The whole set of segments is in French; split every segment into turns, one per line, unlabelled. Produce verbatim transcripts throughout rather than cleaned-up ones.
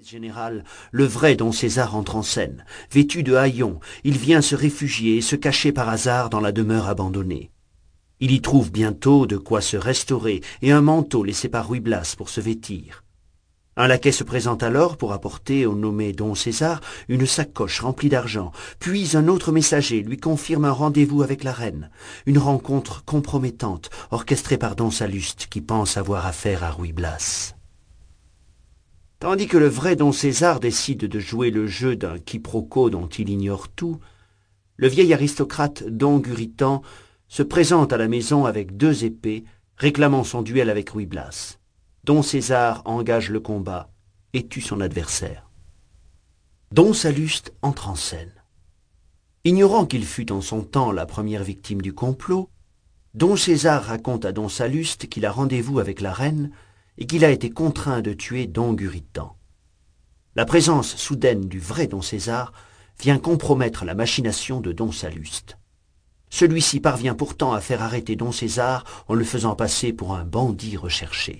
surprise générale, le vrai Don César entre en scène. Vêtu de haillons, il vient se réfugier et se cacher par hasard dans la demeure abandonnée. Il y trouve bientôt de quoi se restaurer et un manteau laissé par Ruy Blas pour se vêtir. Un laquais se présente alors pour apporter au nommé Don César une sacoche remplie d'argent, puis un autre messager lui confirme un rendez-vous avec la reine, une rencontre compromettante, orchestrée par Don Salluste qui pense avoir affaire à Ruy Blas. Tandis que le vrai Don César décide de jouer le jeu d'un quiproquo dont il ignore tout, le vieil aristocrate Don Guritan se présente à la maison avec deux épées, réclamant son duel avec Ruy Blas. Don César engage le combat et tue son adversaire. Don Salluste entre en scène. Ignorant qu'il fut en son temps la première victime du complot, Don César raconte à Don Salluste qu'il a rendez-vous avec la reine et qu'il a été contraint de tuer Don Guritan. La présence soudaine du vrai Don César vient compromettre la machination de Don Salluste. Celui-ci parvient pourtant à faire arrêter Don César en le faisant passer pour un bandit recherché.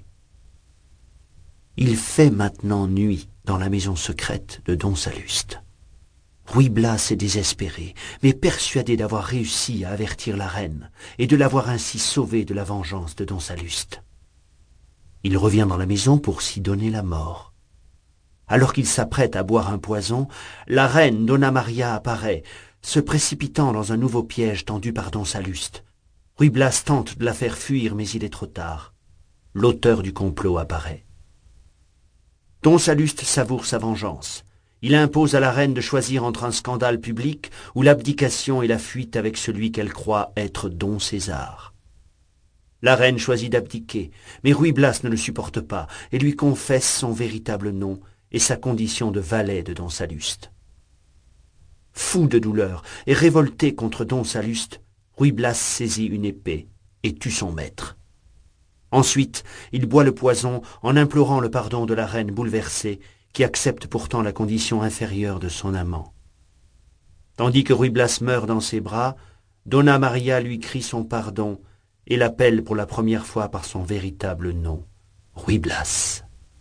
Il fait maintenant nuit dans la maison secrète de Don Salluste. Ruy Blas est désespéré, mais persuadé d'avoir réussi à avertir la reine et de l'avoir ainsi sauvé de la vengeance de Don Salluste. Il revient dans la maison pour s'y donner la mort. Alors qu'il s'apprête à boire un poison, la reine Donna Maria apparaît, se précipitant dans un nouveau piège tendu par Don Salluste. Ruy Blas tente de la faire fuir, mais il est trop tard. L'auteur du complot apparaît. Don Salluste savoure sa vengeance. Il impose à la reine de choisir entre un scandale public ou l'abdication et la fuite avec celui qu'elle croit être Don César. La reine choisit d'abdiquer, mais Ruy Blas ne le supporte pas et lui confesse son véritable nom et sa condition de valet de Don Salluste. Fou de douleur et révolté contre Don Salluste, Ruy Blas saisit une épée et tue son maître. Ensuite, il boit le poison en implorant le pardon de la reine bouleversée, qui accepte pourtant la condition inférieure de son amant. Tandis que Ruy Blas meurt dans ses bras, Donna Maria lui crie son pardon et l'appelle pour la première fois par son véritable nom, Ruy Blas.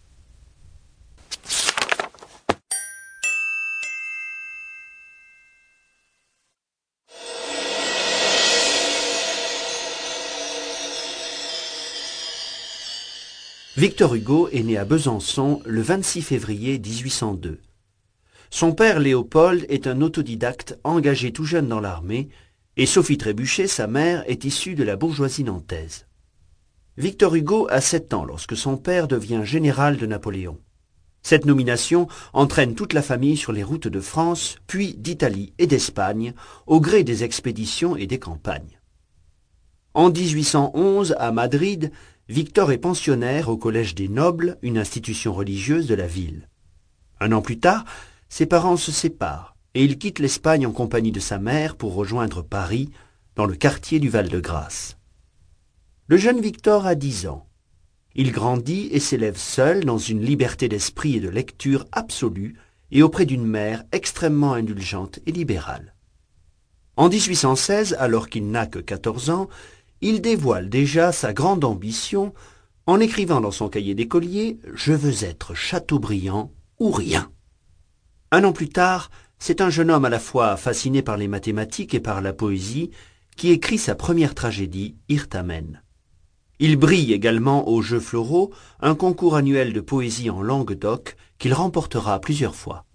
Victor Hugo est né à Besançon le vingt-six février mille huit cent deux. Son père Léopold est un autodidacte engagé tout jeune dans l'armée et Sophie Trébuchet, sa mère, est issue de la bourgeoisie nantaise. Victor Hugo a sept ans lorsque son père devient général de Napoléon. Cette nomination entraîne toute la famille sur les routes de France, puis d'Italie et d'Espagne, au gré des expéditions et des campagnes. En mille huit cent onze, à Madrid, Victor est pensionnaire au Collège des Nobles, une institution religieuse de la ville. Un an plus tard, ses parents se séparent et il quitte l'Espagne en compagnie de sa mère pour rejoindre Paris, dans le quartier du Val-de-Grâce. Le jeune Victor a dix ans. Il grandit et s'élève seul dans une liberté d'esprit et de lecture absolue et auprès d'une mère extrêmement indulgente et libérale. En mille huit cent seize, alors qu'il n'a que quatorze ans, il dévoile déjà sa grande ambition en écrivant dans son cahier d'écolier « Je veux être Chateaubriand ou rien ». Un an plus tard, c'est un jeune homme à la fois fasciné par les mathématiques et par la poésie qui écrit sa première tragédie, Irtamen. Il brille également aux Jeux Floraux, un concours annuel de poésie en Languedoc qu'il remportera plusieurs fois.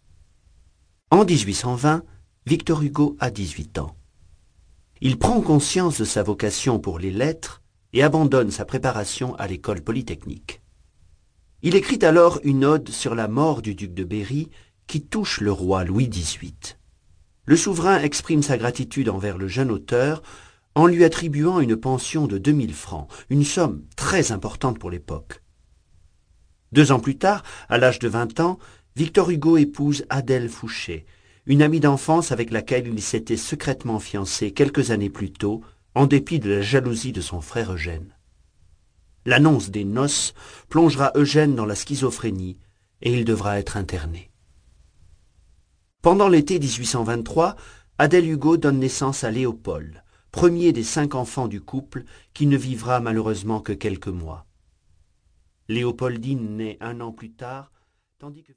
En mille huit cent vingt, Victor Hugo a dix-huit ans. Il prend conscience de sa vocation pour les lettres et abandonne sa préparation à l'école polytechnique. Il écrit alors une ode sur la mort du duc de Berry qui touche le roi Louis dix-huit. Le souverain exprime sa gratitude envers le jeune auteur en lui attribuant une pension de deux mille francs, une somme très importante pour l'époque. Deux ans plus tard, à l'âge de vingt ans, Victor Hugo épouse Adèle Fouché, une amie d'enfance avec laquelle il s'était secrètement fiancé quelques années plus tôt, en dépit de la jalousie de son frère Eugène. L'annonce des noces plongera Eugène dans la schizophrénie et il devra être interné. Pendant l'été mille huit cent vingt-trois, Adèle Hugo donne naissance à Léopold, premier des cinq enfants du couple qui ne vivra malheureusement que quelques mois. Léopoldine naît un an plus tard, tandis que